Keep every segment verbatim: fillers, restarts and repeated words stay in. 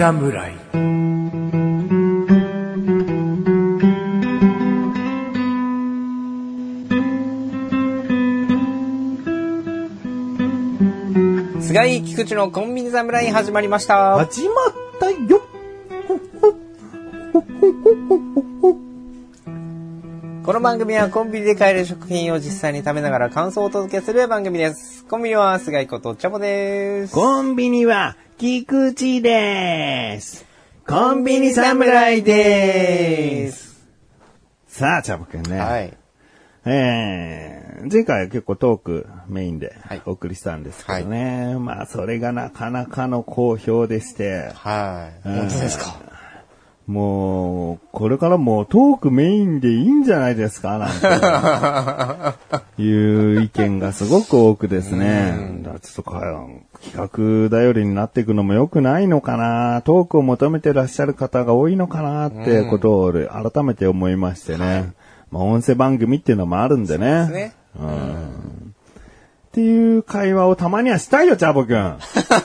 侍。 菅井菊池のコンビニ侍始まりました。 始まったよ。 この番組はコンビニで買える食品を実際に食べながら感想をお届けする番組です。コンビニは菅井ことチャボです。 コンビニは菊池です。コンビニ侍です。さあ、チャボくんね。 はい。 えー、前回は結構トークメインでお送りしたんですけどね。はい、まあ、それがなかなかの好評でして。 はい。本当ですか。 もう、これからもうトークメインでいいんじゃないですかなんていう意見がすごく多くですね。だちょっと企画頼りになっていくのも良くないのかな、トークを求めてらっしゃる方が多いのかなってことを改めて思いましてね。はい、まあ、音声番組っていうのもあるんでね。 そうですね。 うん。っていう会話をたまにはしたいよ、チャボくん。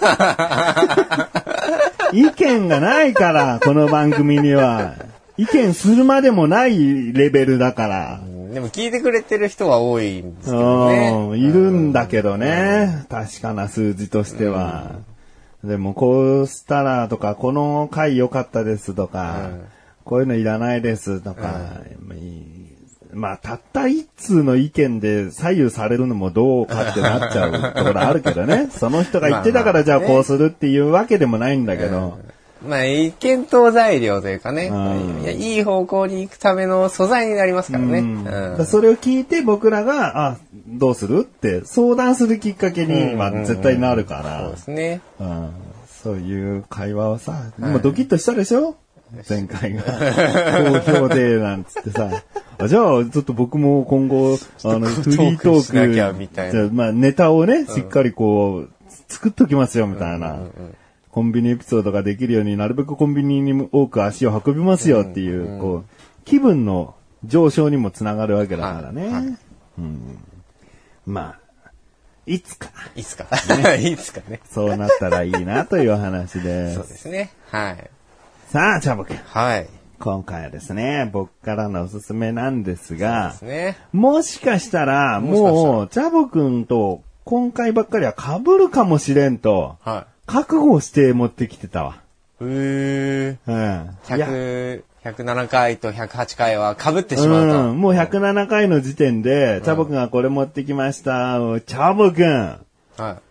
意見がないから、この番組には。意見するまでもないレベルだから。 でも聞いてくれてる人は多いんですけどね。 いるんだけどね。確かな数字としては。でもこうしたらとか、この回良かったですとか、こういうのいらないですとか、まあ、たった一通の意見で左右されるのもどうかってなっちゃうところあるけどね。その人が言ってたからじゃあこうするっていうわけでもないんだけど。 まあ、意見等材料というかね、いや、いい方向に行くための素材になりますからね。うんうん、それを聞いて僕らが、あ、どうするって相談するきっかけには絶対なるから。 そうですね、 うん。そういう会話をさ、今ドキッとしたでしょ、前回が好評でなんつってさ、あ、じゃあちょっと僕も今後あのフリートークしなきゃみたいな、 じゃあまあネタをね、しっかりこう作っときますよみたいな、うんうんうん、コンビニエピソードができるようになるべくコンビニに多く足を運びますよっていう、うんうん、こう気分の上昇にもつながるわけだからね、はいはい、うん、まあいつかいつか、ね、いつかね、 そうなったらいいなという話です。 そうですね、はい。 さあ、チャボくん。 はい。 今回はですね、僕からのおすすめなんですが、 そうですね、 もしかしたら、もう、チャボくんと今回ばっかりは被るかもしれんと、はい、覚悟して持ってきてたわ。 へー。 うん。 ひゃく、ひゃくななかいとひゃくはちかいは被ってしまうと。 うん、もうひゃくななかいの時点で、うん、チャボくんがこれ持ってきました。チャボくん、はい、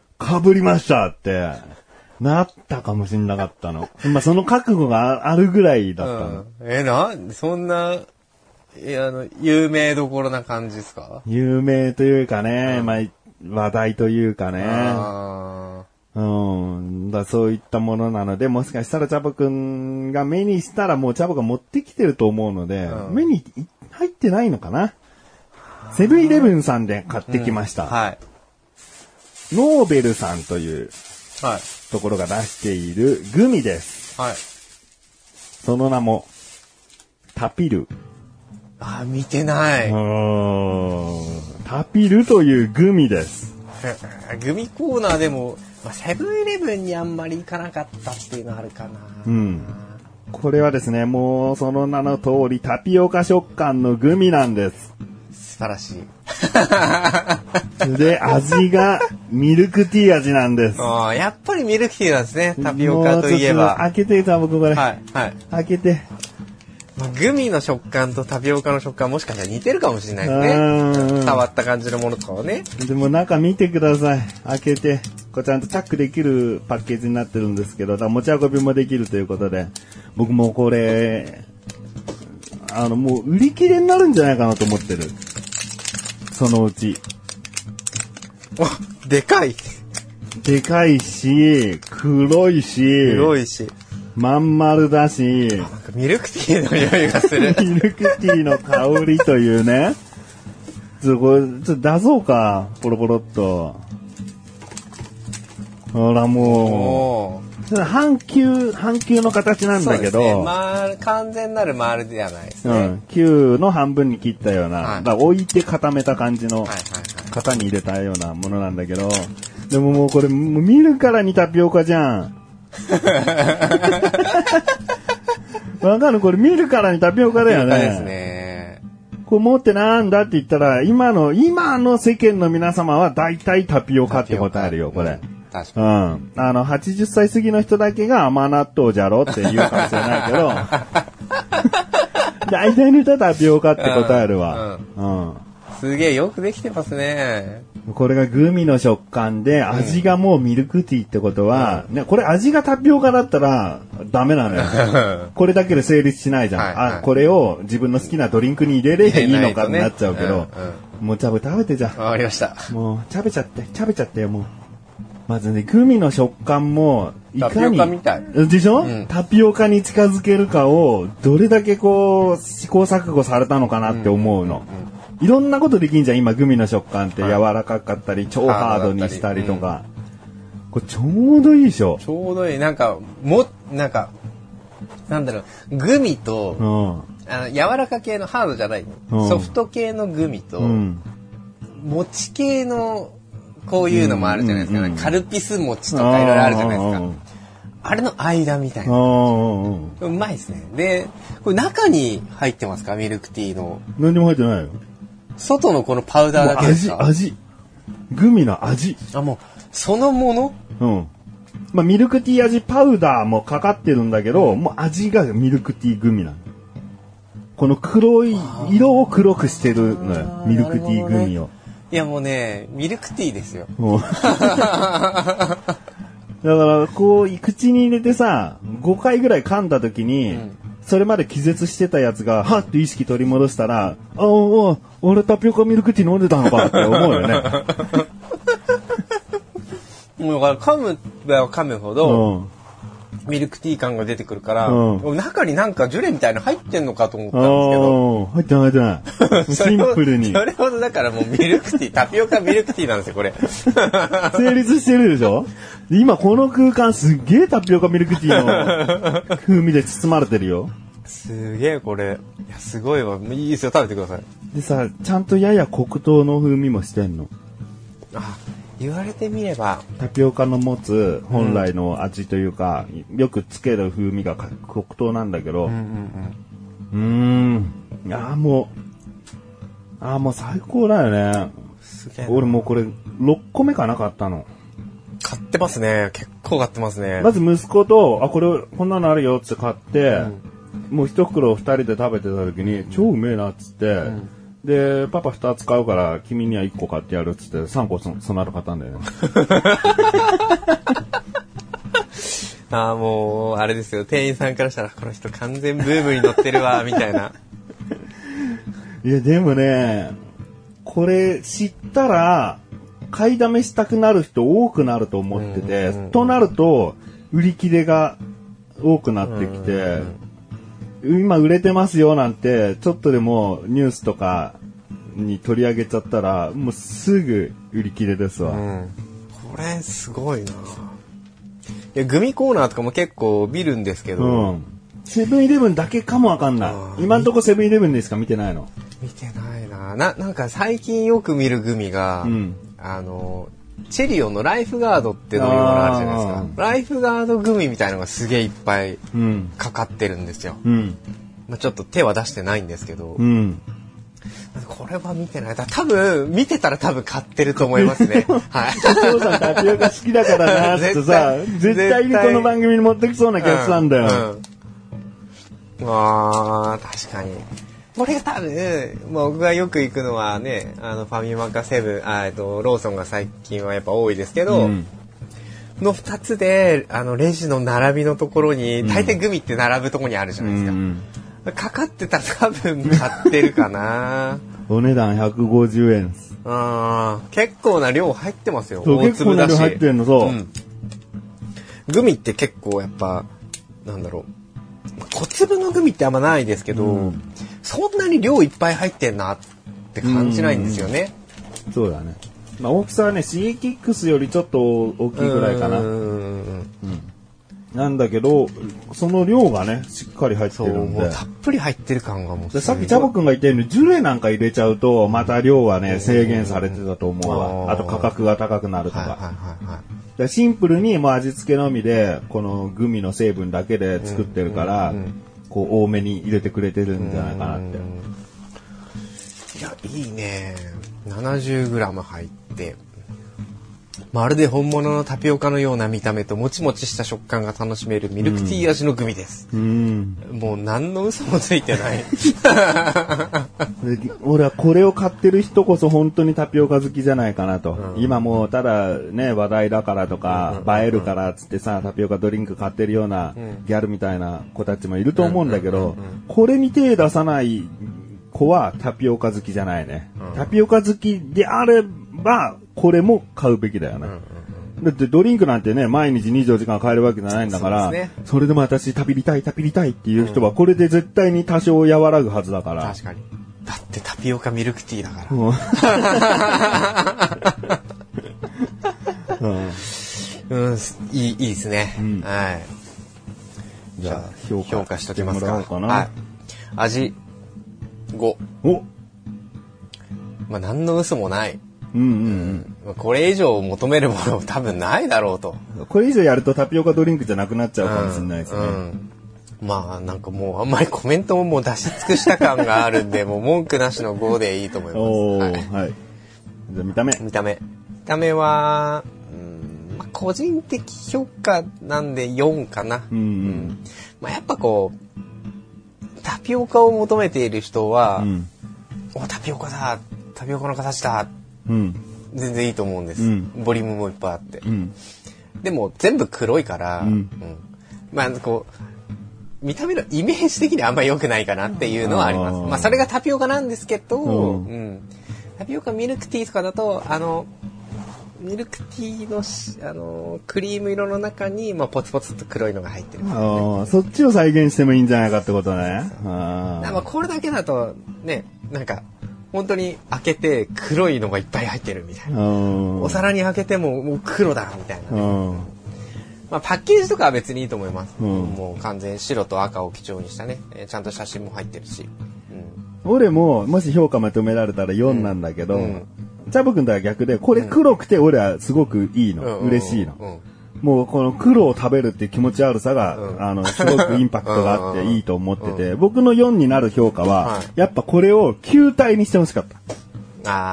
被りましたって。なったかもしれなかったの。まあ、その覚悟があるぐらいだったの。うん、 え、な、そんな、え、あの、有名どころな感じですか？ 有名というかね、うん、まあ、話題というかね。 あうん。だそういったものなので、もしかしたらチャボくんが目にしたらもうチャボが持ってきてると思うので、うん、目に入ってないのかな。セブンイレブンさんで買ってきました。 うん、はい。 ノーベルさんという、はい。ところが出しているグミです。はい。その名も、タピル。 あ、見てない。 タピルというグミです。 グミコーナーでも、セブンイレブンにあんまり行かなかったっていうのあるかな。 うん。これはですね、もうその名の通りタピオカ食感のグミなんです。 素晴らしい。 で、味がミルクティー味なんです。 ああ、やっぱりミルクティーなんですね。タピオカといえば。 開けてた、僕これ。 はい、はい。 開けて。 グミの食感とタピオカの食感もしかしたら似てるかもしれないですね。触った感じのものとかはね。 でも中見てください。開けて。これちゃんとチャックできるパッケージになってるんですけど、だから持ち運びもできるということで、僕もこれ、あの、もう売り切れになるんじゃないかなと思ってる。そのうち。 お、でかい。 でかいし、黒いし、 黒いし、 まん丸だし、 なんかミルクティーの匂いがする。 ミルクティーの香りというね。ちょっとこれ、ちょっと出そうか、ポロポロっと。ほらもう。半球、半球の形なんだけど。そうですね。 ま、完全なる丸ではないですね。 うん。球の半分に切ったような、はい、だ置いて固めた感じの、型に入れたようなものなんだけど、でももうこれ、もう見るからにタピオカじゃん。 わかる？これ見るからにタピオカだよね。 タピオカですね。 これ持ってなんだって言ったら、今の、今の世間の皆様は大体タピオカって答えるよ、これ。 確かに。 うん。あの、はちじゅっさい過ぎの人だけが甘納豆じゃろって言うかもしれないけど、大体の人はタピオカって答えるわ。うん。うん、 すげえよくできてますね。 これがグミの食感で、味がもうミルクティーってことは、うん、ね、これ味がタピオカだったらダメなのよ。これだけで成立しないじゃん。はいはい、あ、これを自分の好きなドリンクに入れればいいのかってなっちゃうけど、ね、うんうん、もうチャブ食べてじゃん。 わかりました。 もう食べちゃって、食べちゃってよ、もう。まずね、グミの食感も、いかに。 タピオカみたい。 でしょ、うん、タピオカに近づけるかを、どれだけこう、試行錯誤されたのかなって思うの。うんうんうん、いろんなことできんじゃん、今グミの食感って柔らかかったり、超ハードにしたりとか。うん、これちょうどいいでしょ。 ちょうどいい。なんか、も、なんか、なんだろう、グミと、うん、あの柔らか系のハードじゃない、うん、ソフト系のグミと、うん、餅系の、こういうのもあるじゃないですか。うんうん、カルピス餅とかいろいろあるじゃないですか。あれの間みたいな。うまいですね。で、これ中に入ってますか？ミルクティーの。 何にも入ってないよ。 外のこのパウダーだけですか？ 味、味。グミの味。 あ、もう、そのもの？ うん。まあ、ミルクティー味パウダーもかかってるんだけど、うん、もう味がミルクティーグミなの。この黒い、色を黒くしてるのよ。ミルクティーグミを。 いやもうね、ミルクティーですよ。 だから、こう、口に入れてさ、ごかいぐらい噛んだ時に、うん、それまで気絶してたやつが、はっと意識取り戻したら、ああ、俺タピオカミルクティー飲んでたのかって思うよね。 もうだから噛むは噛むほど、うん、ミルクティー感が出てくるから、うん、中になんかジュレみたいなの入ってんのかと思ったんですけど。 入ってない入ってない。シンプルに。 それほどだからもうミルクティー、タピオカミルクティーなんですよ、これ。 成立してるでしょ？今この空間すっげえタピオカミルクティーの風味で包まれてるよ。 すげえこれ。いや、すごいわ。いいですよ、食べてください。 でさ、ちゃんとやや黒糖の風味もしてんの。 あ、言われてみればタピオカの持つ本来の味というか、うん、よくつける風味が黒糖なんだけど、うんうんうん、うーん、ああもうああもう最高だよね。 すげえ。俺もうこれろっこめかなかったの。 買ってますね。結構買ってますね。 まず息子とあこれこんなのあるよって買って、うん、もう一袋を二人で食べてた時に超うめえなっつって。うん、で、パパ二つ買うから、君には一個買ってやるっつって、三個その後買ったんだよね。 ああ、もう、あれですよ。店員さんからしたら、この人完全ブームに乗ってるわ、みたいな。 いや、でもね、これ知ったら、買いだめしたくなる人多くなると思ってて、となると、売り切れが多くなってきて、うんうんうん、今売れてますよなんて、ちょっとでもニュースとかに取り上げちゃったら、もうすぐ売り切れですわ。うん、 これすごいな。いや、グミコーナーとかも結構見るんですけど、うん、 セブンイレブンだけかもわかんない。今んとこセブンイレブンでしか見てないの。 見てないな。な、なんか最近よく見るグミが、うん、あの、チェリオのライフガードって飲み物あるじゃないですか。ライフガードグミみたいなのがすげえいっぱいかかってるんですよ。うん、まあ、ちょっと手は出してないんですけど、うん、これは見てない。多分見てたら多分買ってると思いますね。はい。 お父さんタピオカ好きだからなってさ、絶対にこの番組に持ってきそうなキャスなんだよ。 うんうん、ああ、確かに。これが多分、僕がよく行くのはね、あのファミマかセブン、あえっとローソンが最近はやっぱ多いですけど、うん、のふたつであのレジの並びのところに、うん、大体グミって並ぶところにあるじゃないですか。うん、かかってたら多分買ってるかな。 お値段ひゃくごじゅうえん。 あー、結構な量入ってますよ。 大粒だし。結構な量入ってんの、そう、うん。 グミって結構やっぱなんだろう、小粒のグミってあんまないですけど。うん、そんなに量いっぱい入ってんなって感じないんですよね。 うそうだね。まあ、大きさはね、シーキックスよりちょっと大きいぐらいかな。うんうん、 なんだけど、その量がね、しっかり入ってるんで。 もうたっぷり入ってる感がもうでさっきチャボくんが言ったように、ジュレなんか入れちゃうと、また量はね、制限されてたと思うわ。あと価格が高くなるとか。はいはいはいはい、でシンプルにもう味付けのみで、このグミの成分だけで作ってるから、うんうんうん、こう多めに入れてくれてるんじゃないかなって。 いや、いいね。ななじゅうグラム 入って、まるで本物のタピオカのような見た目ともちもちした食感が楽しめるミルクティー味のグミです。うん、もう何の嘘もついてない。 俺はこれを買ってる人こそ本当にタピオカ好きじゃないかなと。うん、今もうただね、話題だからとか、映えるからっつってさ、タピオカドリンク買ってるようなギャルみたいな子たちもいると思うんだけど、これに手出さない子はタピオカ好きじゃないね。うん、タピオカ好きであれば、これも買うべきだよね。うんうんうん、だってドリンクなんてね、毎日にじゅうよじかん買えるわけじゃないんだから、 そ, ね、それでも私食べりたい食べりたいっていう人は、これで絶対に多少和らぐはずだから。 確かに。だってタピオカミルクティーだから。うんうん、いい、いいですね。うん、はい。じゃあ評価、評価しときますか。かな、はい。味ご。お。まあ何の嘘もない。うんうんうん、これ以上求めるもの多分ないだろうと。 これ以上やるとタピオカドリンクじゃなくなっちゃうかもしれないですね。うんうん、 まあなんかもうあんまりコメントももう出し尽くした感があるんで、もう文句なしのごでいいと思います。おー、はい。はい。 じゃあ見た目。 見た目。見た目は、うんまあ、個人的評価なんでよんかな。うんうんうんまあ、やっぱこうタピオカを求めている人は、うん、おタピオカだ、タピオカの形だ。うん、全然いいと思うんです、うん、ボリュームもいっぱいあって、うん、でも全部黒いから、うんうん、まあこう見た目のイメージ的にあんまり良くないかなっていうのはあります。まあそれがタピオカなんですけど、うんうん、タピオカミルクティーとかだとあのミルクティーのあのクリーム色の中に、まあ、ポツポツと黒いのが入ってる、ね、 あそっちを再現してもいいんじゃないかってことね。 あまあこれだけだとねなんか本当に開けて黒いのがいっぱい入ってるみたいな。お皿に開けてももう黒だみたいな、ね。まあ、パッケージとかは別にいいと思います。もう完全白と赤を基調にしたね、ちゃんと写真も入ってるし。 うん、俺ももし評価まとめられたらよんなんだけど、うん、チャボくんとは逆でこれ黒くて俺はすごくいいの、うん、嬉しいの。うんうんもうこの黒を食べるっていう気持ち悪さが、うん、あの、すごくインパクトがあっていいと思ってて、僕のよんになる評価は、はい、やっぱこれを球体にしてほしかった。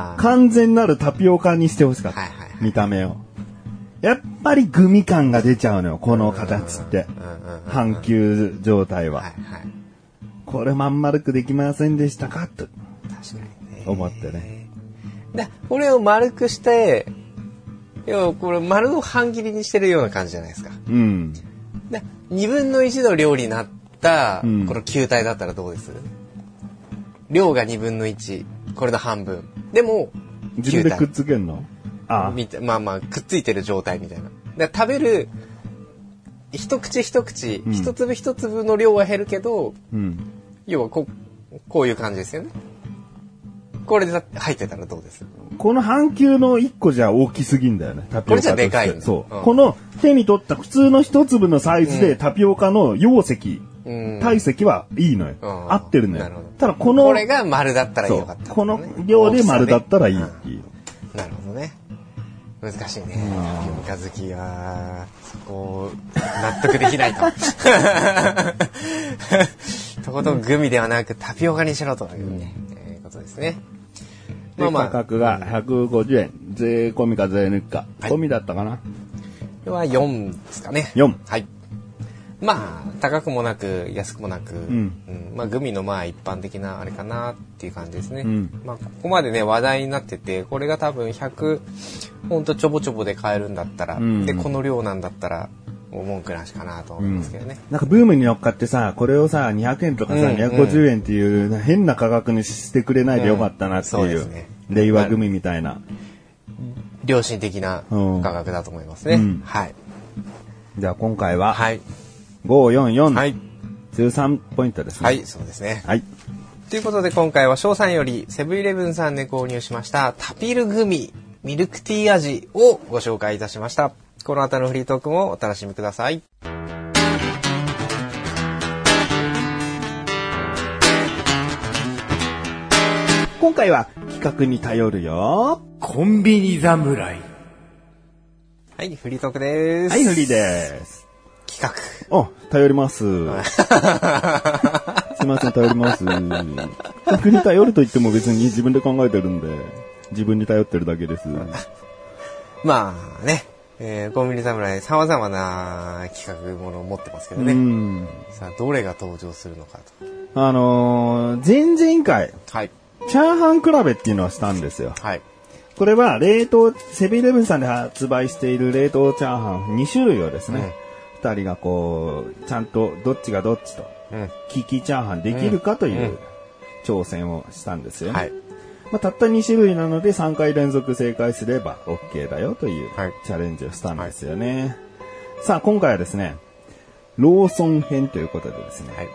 あ完全なるタピオカにしてほしかった、はいはいはい。見た目を。やっぱりグミ感が出ちゃうのよ、この形って。半球状態は。はいはい、これまん丸くできませんでしたかと。確かにね。思ってね。 で、これを丸くして、要はこれ丸を半切りにしてるような感じじゃないですか。うん。で、にぶんのいちの量になったこの球体だったらどうです？量がにぶんのいち、これの半分。でも自分でくっつけんの？ ああ。まあまあくっついてる状態みたいな。で食べる一口一口、うん、一粒一粒の量は減るけど、うん、要はこうこういう感じですよね。これで入ってたらどうです？ この半球のいっこじゃ大きすぎんだよね、タピオカとして。 これじゃでかいんだ。 そう、うん。この手に取った普通の一粒のサイズでタピオカの容積、うん、体積はいいのよ。うん、合ってるのよ。ただこの、 これが丸だったらよかった、ね。 この量で丸だったらいいっていう。 うん、なるほどね。難しいね。タピオカ好きは、そこ、納得できないと。とことんグミではなくタピオカにしろというね、うんえー、ことですね。 で、まあまあ、価格がひゃくごじゅうえん、税込みか税抜きか、はい、込みだったかな。 これはよんですかね。 よん。 はい。まあ、高くもなく、安くもなく、うんうん、まあ、グミのまあ一般的なあれかなっていう感じですね。うん、まあ、ここまでね、話題になってて、これが多分ひゃく、ほんとちょぼちょぼで買えるんだったら、うん、で、この量なんだったら、文句なしかなと思いますけどね、 うん、なんかブームに乗っかってさこれをさにひゃくえんとかさ、うんうん、にひゃくごじゅうえんっていう変な価格にしてくれないでよかったなっていう、うんそうですね、令和グミみたいな、 良心的な価格だと思いますね、うん、はい。 じゃあ今回は、はい、ごーよんよん、はい、じゅうさんポイントですね。 はいそうですね、はい、ということで今回は翔さんよりセブンイレブンさんで購入しましたタピルグミミルクティー味をご紹介いたしました。この後のフリートークもお楽しみください。 今回は企画に頼るよ。 コンビニ侍。はい、フリートークです。 はい、フリーです。 企画。あ、頼ります。すいません、頼ります。企画に頼ると言っても別に自分で考えてるんで、自分に頼ってるだけです。 まあね、えー、コンビニ侍様々な企画ものを持ってますけどね。うん、さあ、どれが登場するのかと。 あのー、前々回、はい、チャーハン比べっていうのをしたんですよ。はい。これは冷凍、セブンイレブンさんで発売している冷凍チャーハンに種類をですね、二、うん、人がこう、ちゃんとどっちがどっちと、うん、キキチャーハンできるかという挑戦をしたんですよね。はい。まあ、たったに種類なのでさんかい連続正解すれば OK だよというチャレンジをしたんですよね。はい、さあ、今回はですね、ローソン編ということでですね、はい、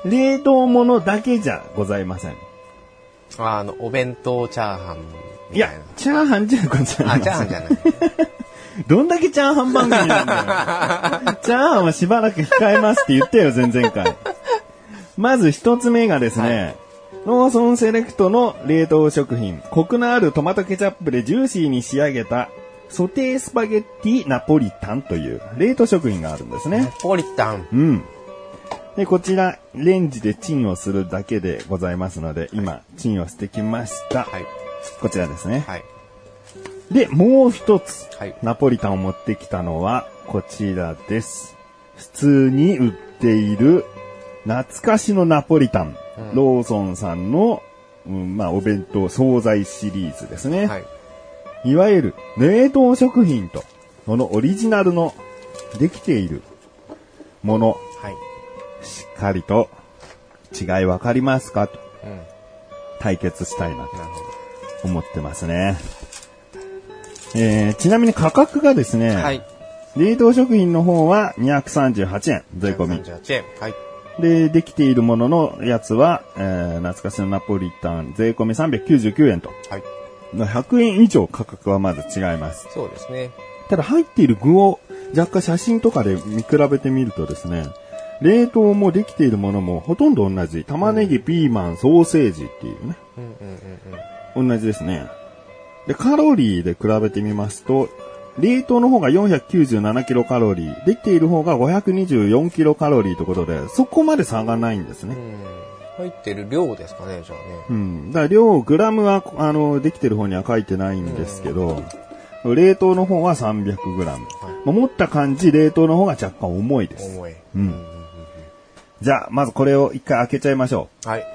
冷凍物だけじゃございません。 あの、お弁当チャーハンみたいな。いや、 チャーハンじゃございません。 あ、チャーハンじゃない。 どんだけチャーハン番組なんだよ。チャーハンはしばらく控えますって言ってよ、前々回。まず一つ目がですね、はい、ローソンセレクトの冷凍食品、コクのあるトマトケチャップでジューシーに仕上げたソテースパゲッティナポリタンという冷凍食品があるんですね。 ナポリタン。 うん。で、こちら、レンジでチンをするだけでございますので、今、チンをしてきました。はい。こちらですね。はい。で、もう一つ、はい、ナポリタンを持ってきたのは、こちらです。普通に売っている、懐かしのナポリタン。うん、ローソンさんの、うん、まあ、お弁当、惣菜シリーズですね。はい。いわゆる、冷凍食品と、このオリジナルの、できているもの。はい。しっかりと違い分かりますかと、うん、対決したいなと思ってますね。えー、ちなみに価格がですね、はい、冷凍食品の方はにひゃくさんじゅうはちえん税込み。にひゃくさんじゅうはちえん。はい。で、できているもののやつは、えー、懐かしのナポリタン税込みさんびゃくきゅうじゅうきゅうえんと。はい。ひゃくえん以上価格はまず違います。 そうですね。 ただ入っている具を若干写真とかで見比べてみるとですね、冷凍もできているものもほとんど同じ。玉ねぎ、ピーマン、ソーセージっていうね。うんうんうんうん、同じですね。で、カロリーで比べてみますと、冷凍の方がよんひゃくきゅうじゅうななキロカロリー、できている方がごひゃくにじゅうよんキロカロリーということで、そこまで差がないんですね。 うん、入ってる量ですかね、じゃあね。 うん。だから量、グラムは、あの、できてる方には書いてないんですけど、うん、冷凍の方は さんびゃくグラム。はい、まあ、持った感じ、冷凍の方が若干重いです。 重い。 うん。じゃあ、まずこれを一回開けちゃいましょう。はい。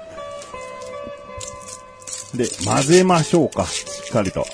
で、混ぜましょうか。しっかりと。はい。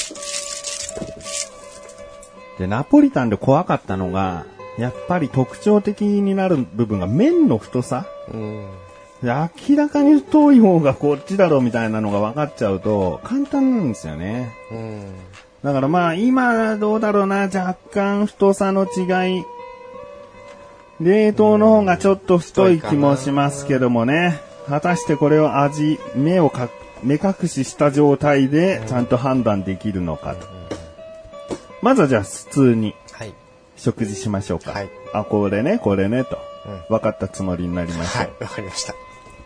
で、ナポリタンで怖かったのが、やっぱり特徴的になる部分が麺の太さ。うん。で、明らかに太い方がこっちだろうみたいなのが分かっちゃうと、簡単なんですよね。うん。だからまあ、今どうだろうな、若干太さの違い。冷凍の方がちょっと太い気もしますけどもね。果たしてこれを味、目をか、目隠しした状態でちゃんと判断できるのかと。まずはじゃあ普通に食事しましょうか。はい、あ、これね、これねと。分かったつもりになりました。 はい、分かりました。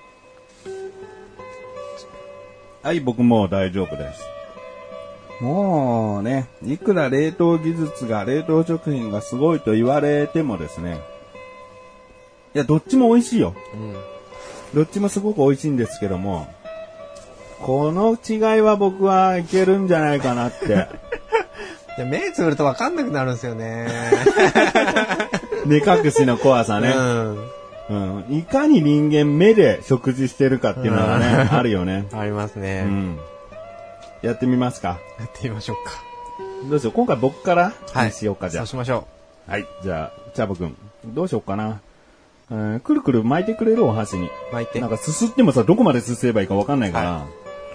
はい、僕もう大丈夫です。もうね、いくら冷凍技術が、冷凍食品がすごいと言われてもですね、いや、どっちも美味しいよ。うん。どっちもすごく美味しいんですけども、この違いは僕はいけるんじゃないかなって。いや、 目つぶると分かんなくなるんですよね。 目隠しの怖さね。うん。うん。いかに人間目で食事してるかっていうのがね、うん、あるよね。 ありますね。うん。 やってみますか。 やってみましょうか。 どうしよう。今回僕からにしようか、はい、じゃあ。 そうしましょう。はい。じゃあ、チャボくん。どうしようかな。うん、くるくる巻いてくれるお箸に。 巻いて。 なんかすすってもさ、どこまですすればいいか分かんないから、はい、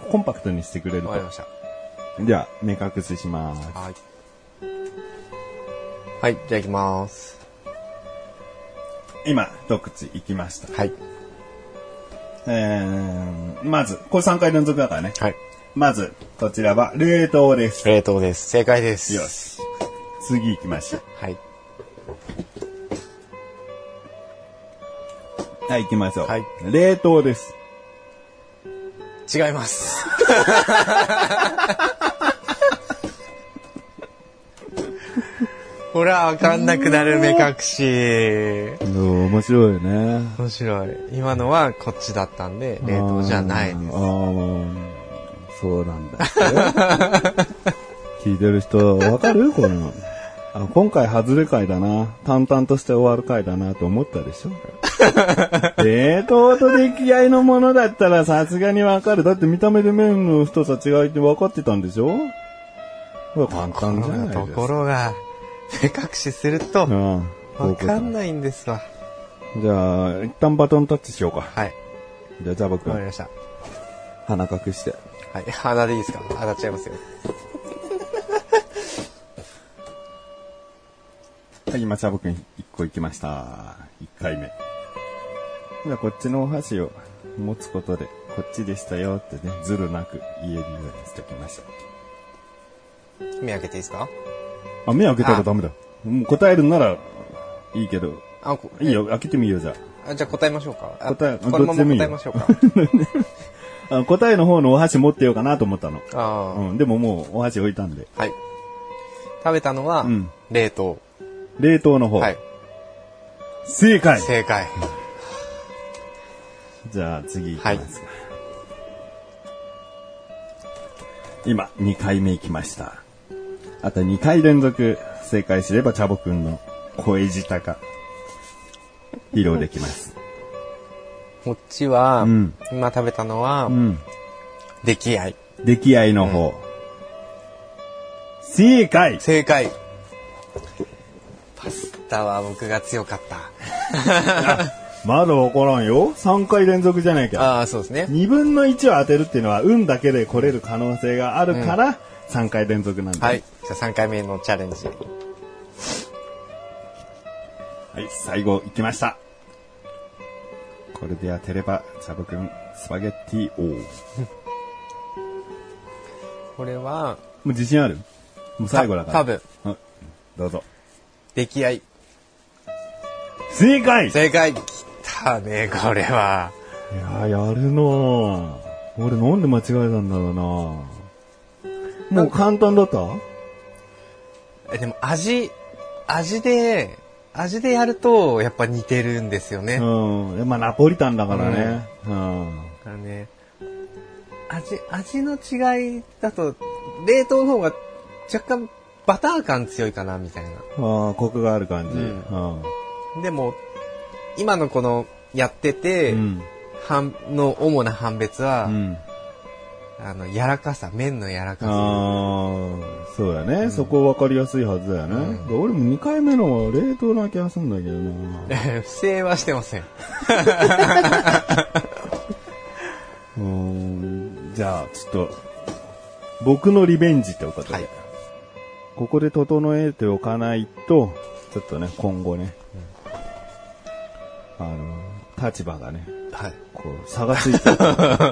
コンパクトにしてくれると。 わかりました。 じゃあ、目隠しします。 はい。はい、じゃあ行きます。 今、一口いきました。 はい。 えー、まず、これさんかい連続だからね。はい。まず、こちらは冷凍です。 冷凍です。正解です。 よし。次行きましょう。 はい。 はい、行きましょう。 はい。 冷凍です。 違います。これはわかんなくなる目隠し。 面白いよね。 面白い。今のはこっちだったんで、冷凍じゃないです。 ああ、そうなんだ。聞いてる人わかるこの。あ、今回外れ回だな。淡々として終わる回だなと思ったでしょ。冷凍と出来合いのものだったらさすがにわかる。だって見た目で麺の太さ違いって分かってたんでしょ。これ簡単じゃないですか。 ところが目隠しすると分かんないんですわ。 じゃあ一旦バトンタッチしようか。 はい。 じゃあジャバ君。 わかりました。 鼻隠して。 はい。鼻でいいですか。当たっちゃいますよ。 はい、今ジャバ君一個行きました。一回目。じゃあこっちのお箸を持つことでこっちでしたよってね、ずるなく言えるようにしておきました。 目開けていいですか。 あ、目開けたらダメだ。もう答えるならいいけど。 あ、 いいよ、開けてみようじゃあ。 あ、じゃあ答えましょうか。 答え、 このまま答えましょうか。 あ、答えの方のお箸持ってようかなと思ったの。 あ、 うん、でももうお箸置いたんで。 はい。食べたのは、うん、冷凍。 冷凍の方。 はい。 正解。 正解。 じゃあ次行きます。はい、今にかいめ行きました。あとにかい連続正解すればチャボくんの声舌が披露できます。 こっちは、うん、今食べたのは、うん、出来合い。 出来合いの方。うん、正解。 正解。パスタは僕が強かった。 まだわからんよ。さんかい連続じゃないか。 ああ、そうですね。 にぶんのいちを当てるっていうのは運だけで来れる可能性があるから、うん、さんかい連続なんで。 はい。じゃあさんかいめのチャレンジ。 はい、最後行きました。これで当てれば、チャボくん、スパゲッティ王。 これは、 もう自信ある？もう最後だから。 多分。 どうぞ。 出来合い。 正解！ 正解！きたね、これは。 いや、やるなぁ。俺なんで間違えたんだろうなぁ。もう簡単だった？ え、でも味、味で、味でやると、やっぱ似てるんですよね。 うん。まあ、ナポリタンだからね。うん。 うん、だからね、味、味の違いだと、冷凍の方が若干バター感強いかな、みたいな。 ああ、コクがある感じ。 うんうん、でも、今のこの、やってて、うん、半の主な判別は、うん、あの、柔らかさ、麺の柔らかさ。ああ、 そうだね、うん。そこ分かりやすいはずだよね。うん、俺もにかいめのは冷凍な気がするんだけどな。 不正はしてません。 うーん、じゃあ、ちょっと、僕のリベンジってことで、はい、ここで整えておかないと、ちょっとね、今後ね、うん、あの、立場がね、 はい、 こう、差がついてる。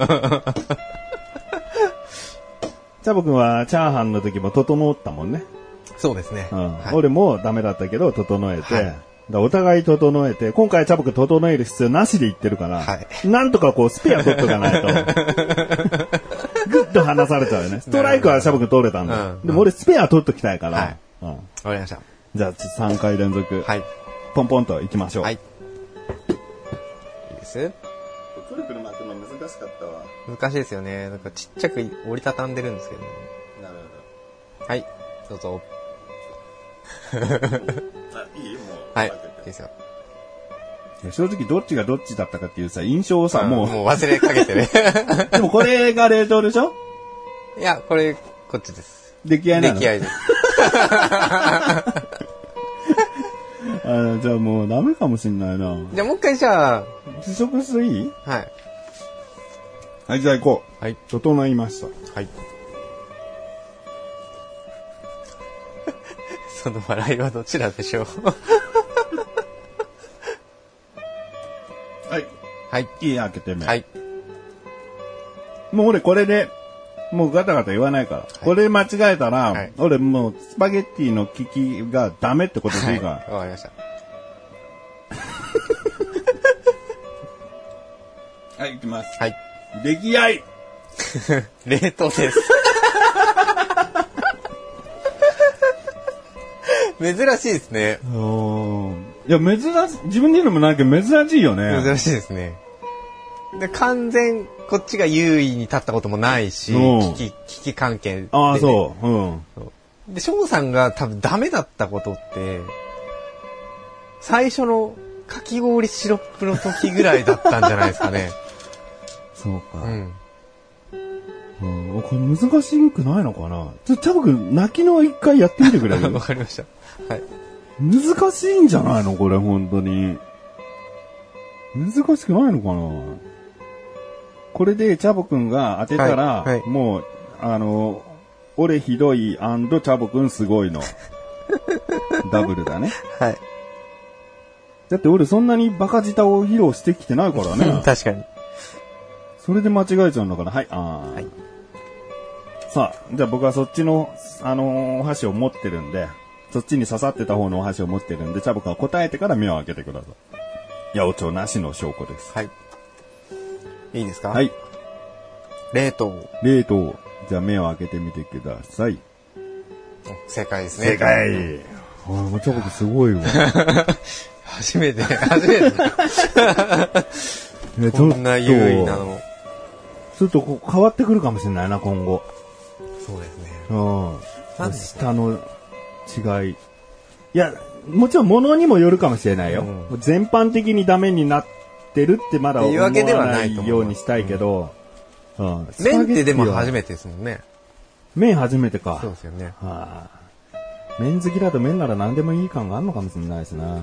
チャボくんはチャーハンの時も整ったもんね。 そうですね。 うんはい、俺もダメだったけど、整えて、はい、だお互い整えて、今回チャボくん整える必要なしで言ってるから、はい、なんとかこうスペア取っとかないと、ぐっと離されちゃうよね。ストライクはチャボくん取れたんだ、うん。でも俺スペア取っときたいから。 はい。うん。わかりました。 じゃあさんかい連続。はい。ポンポンと行きましょう。はい。いいです。 くるくる巻くの難しかったわ。 難しいですよね。なんかちっちゃく折りたたんでるんですけどね。 なるほど。 はい。どうぞ。 あ、いいもう。 はい。いいですよ。 正直どっちがどっちだったかっていうさ、印象をさ、もう。 もう忘れかけてね。 でもこれが冷凍でしょ？ いや、これ、こっちです。 出来合いなの？ 出来合いです。 あ、じゃあもうダメかもしんないな。 じゃあもう一回じゃあ。 試食していい？ はい。 はい、じゃあ行こう。はい。 整いました。 はい。その笑いはどちらでしょう？ はい。 はい。 いい開けてみ。 はい。 もう俺これで、もうガタガタ言わないから。はい、これ間違えたら、はい、俺もうスパゲッティの利きがダメってことでいいから。 わ、はい、かりました。 はい、いきます。 はい。 出来合い冷凍です。珍しいですね。 いや、珍しい、自分で言うのもないけど珍しいよね。 珍しいですね。で、完全、こっちが優位に立ったこともないし、危機、危機関係で、ね。 ああ、そう。うん。 で、翔さんが多分ダメだったことって、最初のかき氷シロップの時ぐらいだったんじゃないですかね。 そうか。 うん。 うん、これ難しくないのかな。ちょ、チャボくん、泣きの一回やってみてくれる？ わかりました。はい。 難しいんじゃないのこれ、本当に。難しくないのかな。これでチャボくんが当てたら、はいはい、もう、あの、俺ひどい&チャボくんすごいの。ダブルだね。 はい。 だって俺そんなにバカ舌を披露してきてないからね。 確かに。 それで間違えちゃうんだから、はい。あー、はい。さあ、じゃあ僕はそっちの、あのー、お箸を持ってるんで、そっちに刺さってた方のお箸を持ってるんで、チャボくんは答えてから目を開けてください。八百長なしの証拠です。 はい。いいですか？ はい。 冷凍。 冷凍。じゃあ目を開けてみてください。 正解ですね。 正解。ああ、チャボくんすごいわ。 初めて、初めて。こんな優位なの。 ちょっとこう変わってくるかもしれないな、今後。 そうですね。 うん。下の違い。いや、もちろん物にもよるかもしれないよ。うん、全般的にダメになってるってまだ思わないようにしたいけど。 うん、麺ってでも初めてですもんね。 麺初めてか。 そうですよね。 はあ、麺好きだと麺なら何でもいい感があるのかもしれないですな。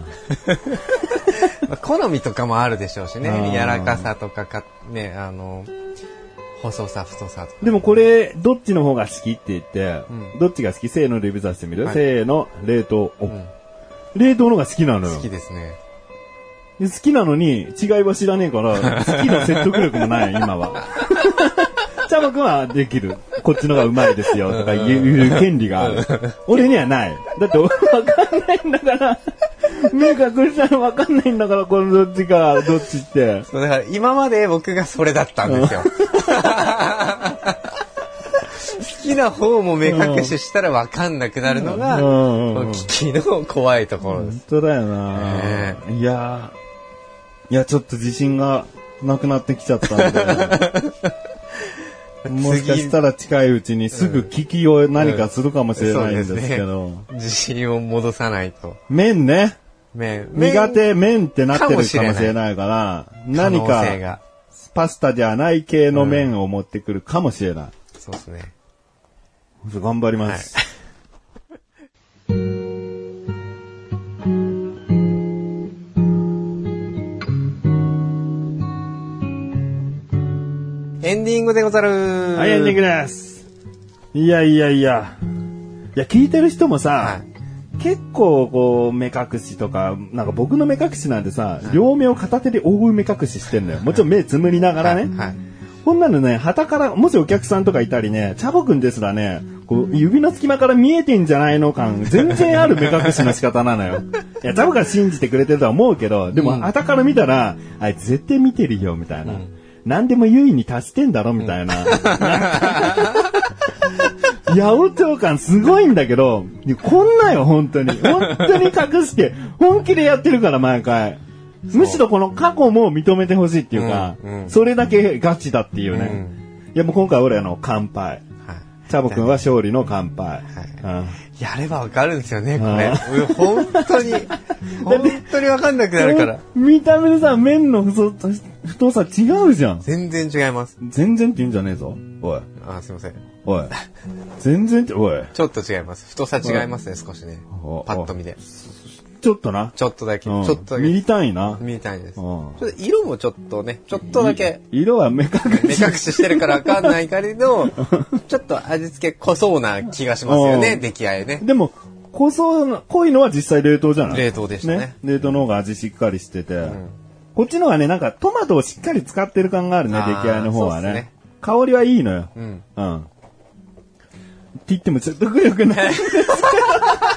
好みとかもあるでしょうしね。柔らかさとかか、ね、あの、細さ、太さとか。 でもこれ、どっちの方が好きって言って、うん、どっちが好き？せーので指さしてみる、はい、せーの、冷凍。うん、冷凍の方が好きなのよ。 好きですね。 好きなのに、違いは知らねえから、好きの説得力もない、今は。チャボくんはできる。こっちの方がうまいですよ、とか言う権利がある。俺にはない。だって俺わかんないんだから、目隠したらわかんないんだから、このどっちか、どっちって。 そう、だから今まで僕がそれだったんですよ。好きな方も目隠ししたらわかんなくなるのが、危機の怖いところです。 本当だよな、えー、いやいや、ちょっと自信がなくなってきちゃったんで。もしかしたら近いうちにすぐ聞きを何かするかもしれないんですけど。 うんうんね、自信を戻さないと。 麺ね。 麺。 苦手麺ってなってるかもしれないから、何かパスタじゃない系の麺を持ってくるかもしれない。うん、 そうですね。 頑張ります。はい、 エンディングでござる。 はい、エンディングです。いやいやいや。いや、聞いてる人もさ、はい、結構こう、目隠しとか、なんか僕の目隠しなんてさ、はい、両目を片手で覆う目隠ししてんのよ。もちろん目つむりながらね。はいはい、こんなのね、旗から、もしお客さんとかいたりね、チャボくんですらね、こう、指の隙間から見えてんじゃないの感、全然ある目隠しの仕方なのよ。いや、チャボくん信じてくれてるとは思うけど、でも旗から見たら、あいつ絶対見てるよ、みたいな。うん、何でも優位に達してんだろみたいな。八百長感すごいんだけど、こんなよ、本当に。本当に隠して、本気でやってるから、毎回。むしろこの過去も認めてほしいっていうか、うんうん、それだけガチだっていうね。うん、いや、もう今回俺あの、乾杯。はい、チャボくんは勝利の乾杯。はいうん、やればわかるんですよね、これ。本当に、本当にわかんなくなるから。 見た目でさ、麺の太太さ違うじゃん。 全然違います。 全然って言うんじゃねえぞ。おい。 あ、すいません。 おい。全然って、おい。 ちょっと違います。太さ違いますね、少しね。パッと見で。 ちょっとな。 ちょっとだけ。 うん、 ちょっとだけ。 見たいな。 見たいです。ちょっと色もちょっとね、ちょっとだけ。 色は目隠し。 目隠ししてるからわかんないけど、ちょっと味付け濃そうな気がしますよね、出来合いね。 でも、濃そうな、濃いのは実際冷凍じゃない？ 冷凍でしたね。ね、 冷凍の方が味しっかりしてて。うん、こっちのはね、なんかトマトをしっかり使ってる感があるね、出来合いの方はね。ね香りはいいのよ。うん。うん。って言ってもちょっとよくない。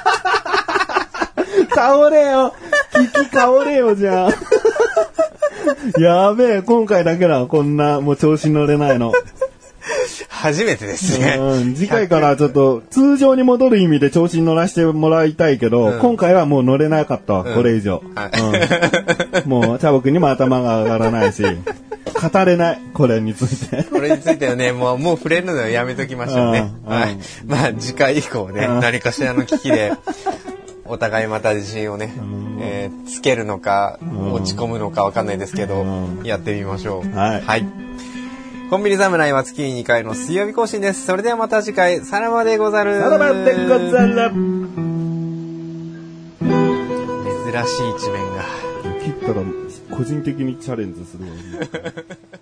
香れよ。聞き香れよ、じゃあ。 やべえ、今回だけだ、こんな、もう調子に乗れないの。 初めてですね。 うん、次回からちょっと、通常に戻る意味で調子に乗らせてもらいたいけど、うん、今回はもう乗れなかったわ、うん、これ以上。はい、うん、もう、チャボくんにも頭が上がらないし、語れない、これについて。 これについてはね、もう、もう触れるのはやめときましょうね。はい。まあ、次回以降ね、何かしらの危機で、お互いまた自信をね、えー、つけるのか、落ち込むのかわかんないですけど、やってみましょう。はい。はい。コンビニ侍は月ににかいの水曜日更新です。それではまた次回、さらばでござる。 さらばでござる。 珍しい一面が。 切ったら個人的にチャレンジするわ。